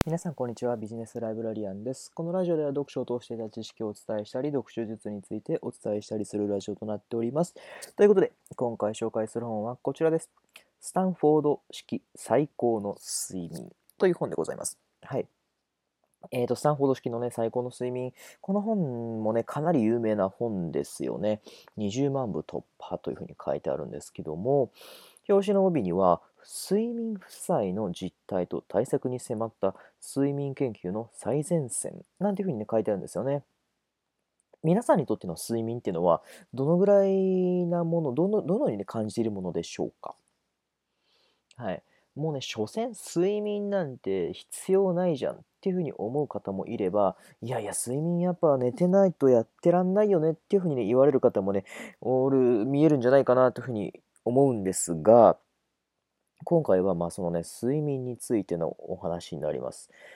皆さん、こんにちは。ビジネスライブラリアンです。このラジオでは読書を通していた知識をお伝えしたり、読書術についてお伝えしたりするラジオとなっております。ということで、今回紹介する本はこちらです。スタンフォード式最高の睡眠という本でございます。はい。スタンフォード式のね、最高の睡眠。この本もね、かなり有名な本ですよね。20万部突破というふうに書いてあるんですけども、表紙の帯には、睡眠負債の実態と対策に迫った睡眠研究の最前線なんていうふうにね、書いてあるんですよね。皆さんにとっての睡眠っていうのは、どのぐらいなもの、どのようにね、感じているものでしょうか。はい。もうね、所詮睡眠なんて必要ないじゃんっていうふうに思う方もいれば、いやいや、睡眠やっぱ寝てないとやってらんないよねっていうふうにね、言われる方もね、見えるんじゃないかなというふうに思うんですが、今回はそのね、睡眠についてのお話になります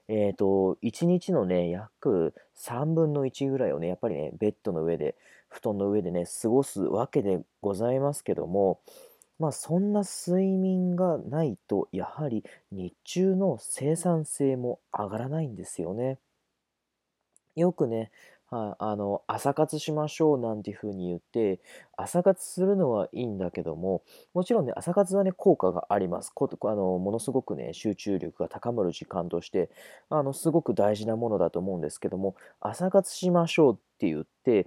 。1日のね、約3分の1ぐらいをね、やっぱりね、ベッドの上で、布団の上でね、過ごすわけでございますけども、そんな睡眠がないと、やはり日中の生産性も上がらないんですよね。よくね、朝活しましょうなんていう風に言って、朝活するのはいいんだけども、もちろんね、朝活はね、効果があります。ものすごくね、集中力が高まる時間として、すごく大事なものだと思うんですけども、朝活しましょうって言って、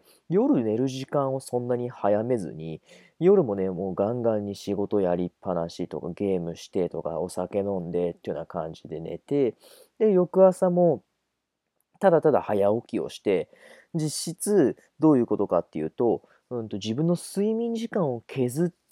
夜寝る時間をそんなに早めずに、夜もね、もうガンガンに仕事やりっぱなしとか、ゲームしてとか、お酒飲んでっていうような感じで寝て、で、翌朝も、ただただ早起きをして、実質どういうことかっていうと、自分の睡眠時間を削って、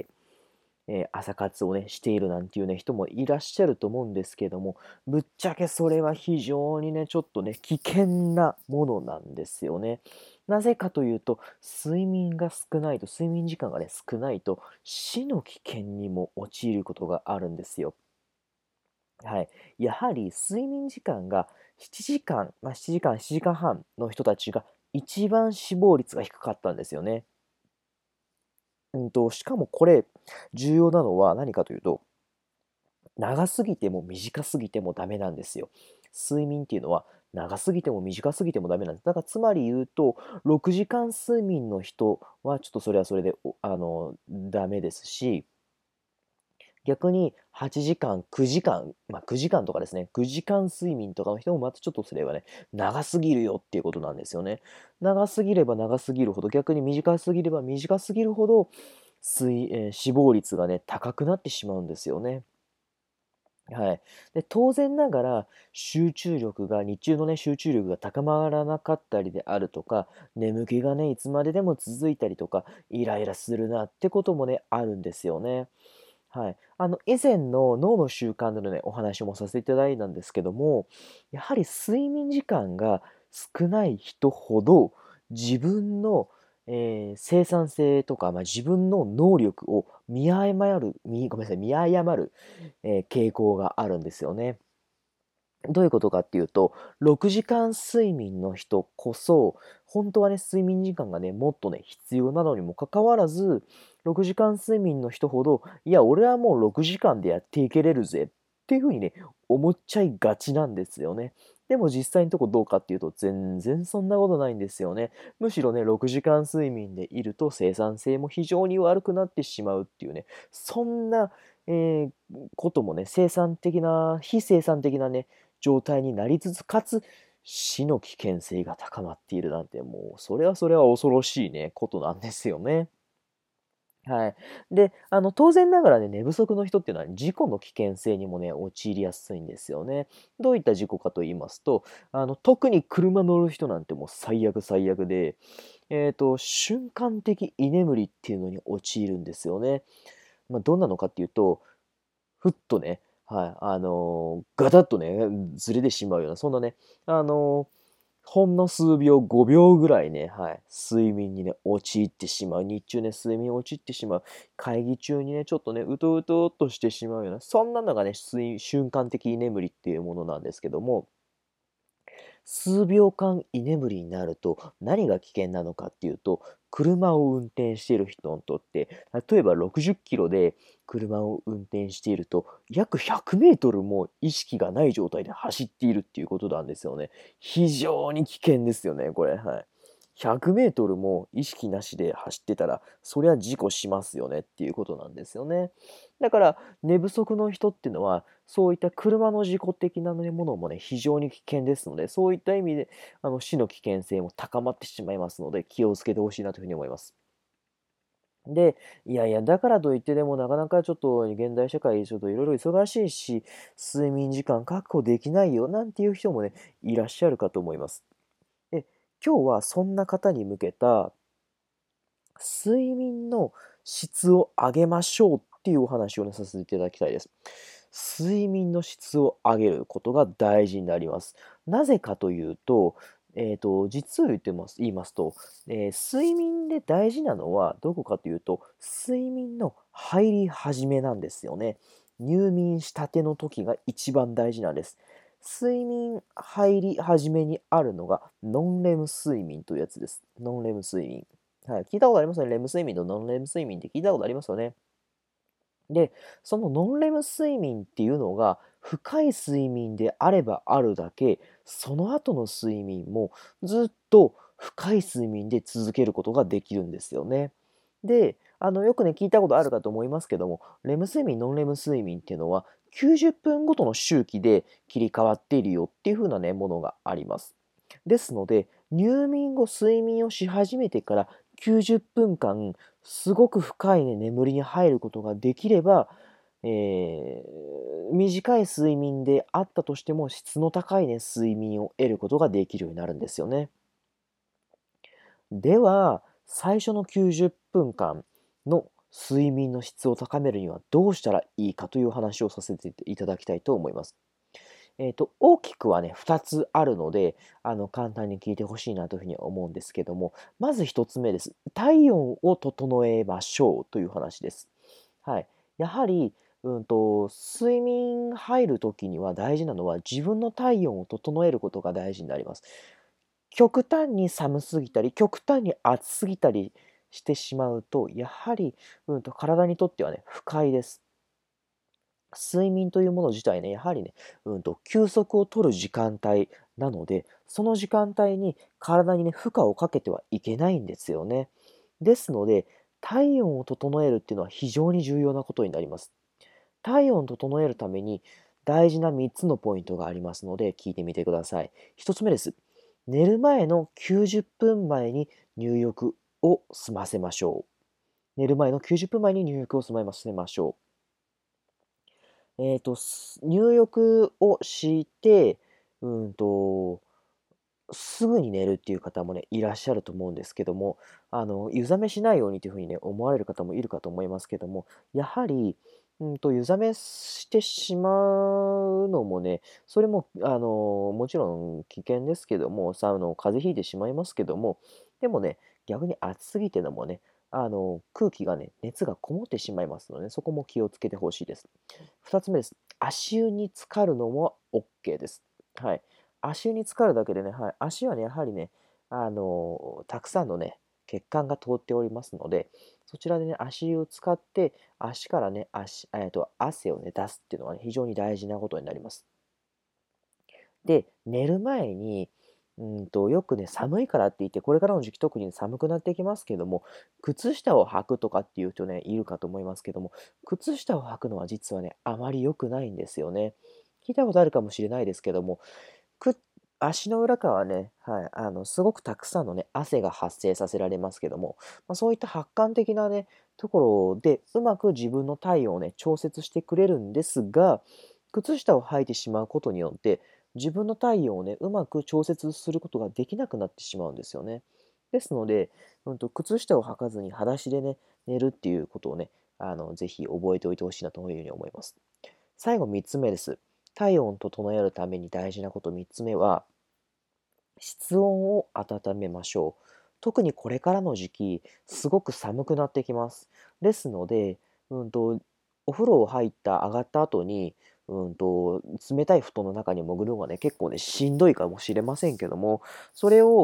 朝活をね、しているなんていうね、人もいらっしゃると思うんですけども、ぶっちゃけそれは非常にね、ちょっとね、危険なものなんですよね。なぜかというと、睡眠時間がね、少ないと、死の危険にも陥ることがあるんですよ。はい。やはり睡眠時間が7時間、7時間、7時間半の人たちが一番死亡率が低かったんですよね。しかもこれ、重要なのは何かというと、長すぎても短すぎてもダメなんですよ。睡眠っていうのは長すぎても短すぎてもダメなんです。だからつまり言うと、6時間睡眠の人はちょっとそれはそれで、ダメですし、逆に8時間、9時間、9時間とかですね、9時間睡眠とかの人もまたちょっとそれはね、長すぎるよっていうことなんですよね。長すぎれば長すぎるほど、逆に短すぎれば短すぎるほど、死亡率がね、高くなってしまうんですよね。はい。で、当然ながら、日中のね、集中力が高まらなかったりであるとか、眠気がね、いつまででも続いたりとか、イライラするなってこともね、あるんですよね。はい。以前の脳の習慣でのね、お話もさせていただいたんですけども、やはり睡眠時間が少ない人ほど、自分の、生産性とか、自分の能力をごめんなさい、見誤る、傾向があるんですよね。どういうことかっていうと、6時間睡眠の人こそ、本当はね、睡眠時間がね、もっとね、必要なのにもかかわらず、6時間睡眠の人ほど、いや、俺はもう6時間でやっていけれるぜっていう風にね、思っちゃいがちなんですよね。でも実際のとこどうかっていうと、全然そんなことないんですよね。むしろね、6時間睡眠でいると生産性も非常に悪くなってしまうっていうね、そんな、こともね、非生産的なね、状態になりつつ、かつ、死の危険性が高まっているなんて、もう、それは恐ろしいね、ことなんですよね。はい。で、当然ながらね、寝不足の人っていうのは事故の危険性にもね、陥りやすいんですよね。どういった事故かと言いますと、特に車乗る人なんてもう最悪最悪で、瞬間的居眠りっていうのに陥るんですよね。どんなのかっていうと、ふっとね、はい、ガタッとね、ずれてしまうような、そんなね、あの、ほんの数秒、5秒ぐらいね、はい、睡眠にね、陥ってしまう。日中ね、睡眠に陥ってしまう。会議中にね、ちょっとね、うとうとっとしてしまうような、そんなのがね、瞬間的居眠りっていうものなんですけども、数秒間居眠りになると何が危険なのかっていうと、 車を運転している人にとって、例えば60キロで車を運転していると、約100メートルも意識がない状態で走っているっていうことなんですよね。非常に危険ですよね、これ。はい。100メートルも意識なしで走ってたら、そりゃ事故しますよねっていうことなんですよね。だから、寝不足の人っていうのは、そういった車の事故的なものもね、非常に危険ですので、そういった意味で、死の危険性も高まってしまいますので、気をつけてほしいなというふうに思います。で、いやいや、だからといってでもなかなかちょっと現代社会ちょっといろいろ忙しいし、睡眠時間確保できないよなんていう人もね、いらっしゃるかと思います。で、今日はそんな方に向けた睡眠の質を上げましょうっていうお話をね、させていただきたいです。睡眠の質を上げることが大事になります。なぜかというと、実を言いますと、睡眠で大事なのはどこかというと、睡眠の入り始めなんですよね。入眠したての時が一番大事なんです。睡眠入り始めにあるのがノンレム睡眠というやつです。ノンレム睡眠。はい、聞いたことありますよね。レム睡眠とノンレム睡眠って聞いたことありますよね。で、そのノンレム睡眠っていうのが深い睡眠であればあるだけ、その後の睡眠もずっと深い睡眠で続けることができるんですよね。で、よくね、聞いたことあるかと思いますけども、レム睡眠、ノンレム睡眠っていうのは90分ごとの周期で切り替わっているよっていう風なね、ものがあります。ですので、入眠後、睡眠をし始めてから90分間、すごく深いね、眠りに入ることができれば、短い睡眠であったとしても、質の高いね、睡眠を得ることができるようになるんですよね。では、最初の90分間の睡眠の質を高めるにはどうしたらいいかという話をさせていただきたいと思います。大きくはね、2つあるので、簡単に聞いてほしいなというふうに思うんですけども、まず1つ目です。体温を整えましょうという話です。はい。やはり、睡眠入る時には大事なのは、自分の体温を整えることが大事になります。極端に寒すぎたり、極端に暑すぎたりしてしまうと、やはり、体にとってはね、不快です。睡眠というもの自体ね、やはりね、休息を取る時間帯なので、その時間帯に体にね、負荷をかけてはいけないんですよね。ですので、体温を整えるっていうのは非常に重要なことになります。体温を整えるために大事な3つのポイントがありますので、聞いてみてください。1つ目です。寝る前の90分前に入浴を済ませましょう。寝る前の90分前に入浴を済ませましょう。入浴をして、うんと、すぐに寝るっていう方もね、いらっしゃると思うんですけども、湯冷めしないようにというふうにね、思われる方もいるかと思いますけども、やはり、湯冷めしてしまうのもね、それも、もちろん危険ですけども、風邪ひいてしまいますけども、でもね、逆に暑すぎてのもね、空気がね、熱がこもってしまいますので、そこも気をつけてほしいです。2つ目です。足湯に浸かるのも OK です。はい。足湯に浸かるだけでね、はい、足はね、やはりね、たくさんのね、血管が通っておりますので、そちらでね、足湯を使って、足からね、汗をね、出すっていうのはね、非常に大事なことになります。で、寝る前に、よくね、寒いからって言って、これからの時期特に寒くなってきますけども、靴下を履くとかっていう人ね、いるかと思いますけども、靴下を履くのは実はね、あまり良くないんですよね。聞いたことあるかもしれないですけども、く足の裏側はね、はい、すごくたくさんのね、汗が発生させられますけども、そういった発汗的なね、ところで、うまく自分の体温をね、調節してくれるんですが、靴下を履いてしまうことによって、自分の体温をね、うまく調節することができなくなってしまうんですよね。ですので、靴下を履かずに裸足でね、寝るっていうことをね、ぜひ覚えておいてほしいなというふうに思います。最後3つ目です。体温を整えるために大事なこと3つ目は、室温を温めましょう。特にこれからの時期、すごく寒くなってきます。ですので、お風呂を入った上がった後に、冷たい布団の中に潜るのがね、結構ね、しんどいかもしれませんけども、それを、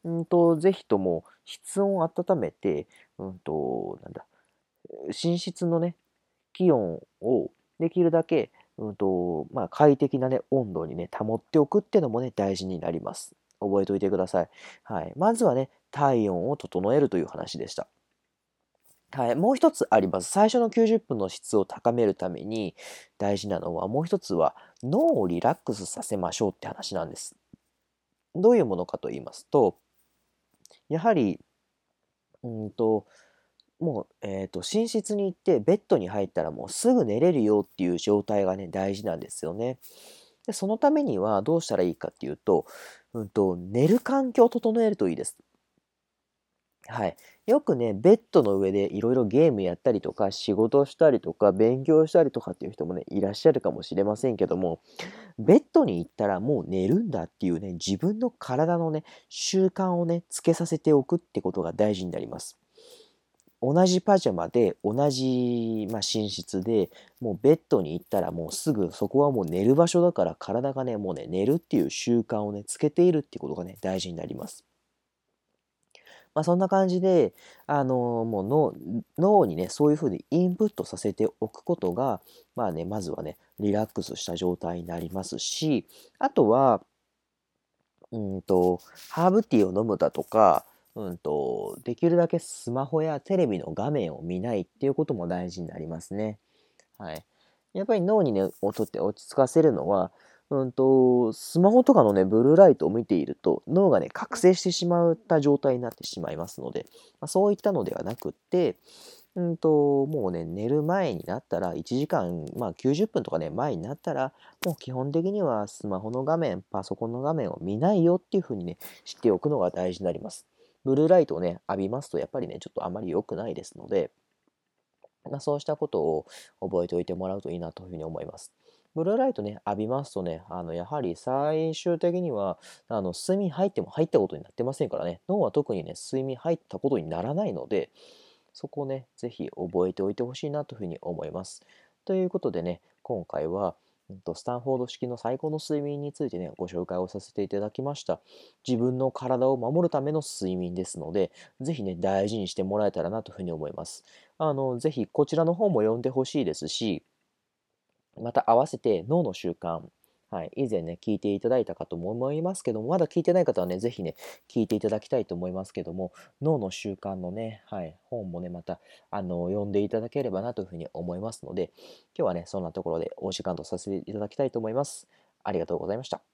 ぜひとも室温を温めて、なんだ、寝室のね、気温をできるだけ、快適なね、温度にね、保っておくっていうのもね、大事になります。覚えておいてください。はい。まずはね、体温を整えるという話でした。はい。もう一つあります。最初の90分の質を高めるために大事なのは、もう一つは脳をリラックスさせましょうって話なんです。どういうものかと言いますと、やはり、うんと、寝室に行ってベッドに入ったらもうすぐ寝れるよっていう状態がね、大事なんですよね。で、そのためにはどうしたらいいかっていうと、寝る環境を整えるといいです。はい。よくね、ベッドの上でいろいろゲームやったりとか、仕事したりとか、勉強したりとかっていう人もね、いらっしゃるかもしれませんけども、ベッドに行ったらもう寝るんだっていうね、自分の体のね、習慣をね、つけさせておくってことが大事になります。同じパジャマで、同じ、寝室で、もうベッドに行ったらもうすぐそこはもう寝る場所だから体がね、もうね、寝るっていう習慣をね、つけているっていうことがね、大事になります。そんな感じで、もう脳にね、そういう風にインプットさせておくことが、まずはね、リラックスした状態になりますし、あとは、うんと、ハーブティーを飲むだとか、できるだけスマホやテレビの画面を見ないっていうことも大事になりますね。はい。やっぱり脳にね、とって落ち着かせるのは、スマホとかのね、ブルーライトを見ていると、脳がね、覚醒してしまった状態になってしまいますので、そういったのではなくって、もうね、寝る前になったら、1時間、90分とかね、前になったら、もう基本的にはスマホの画面、パソコンの画面を見ないよっていう風にね、知っておくのが大事になります。ブルーライトをね、浴びますと、やっぱりね、ちょっとあまり良くないですので、そうしたことを覚えておいてもらうといいなというふうに思います。ブルーライトね、浴びますとね、やはり最終的には、睡眠入っても入ったことになってませんからね、脳は特にね、睡眠入ったことにならないので、そこをね、ぜひ覚えておいてほしいなというふうに思います。ということでね、今回は、スタンフォード式の最高の睡眠についてね、ご紹介をさせていただきました。自分の体を守るための睡眠ですので、ぜひね、大事にしてもらえたらなというふうに思います。ぜひこちらの方も読んでほしいですし、また合わせて脳の習慣、はい、以前ね、聞いていただいたかとも思いますけども、まだ聞いてない方はね、ぜひね、聞いていただきたいと思いますけども、脳の習慣のね、はい、本もね、また、読んでいただければなというふうに思いますので、今日はね、そんなところでお時間とさせていただきたいと思います。ありがとうございました。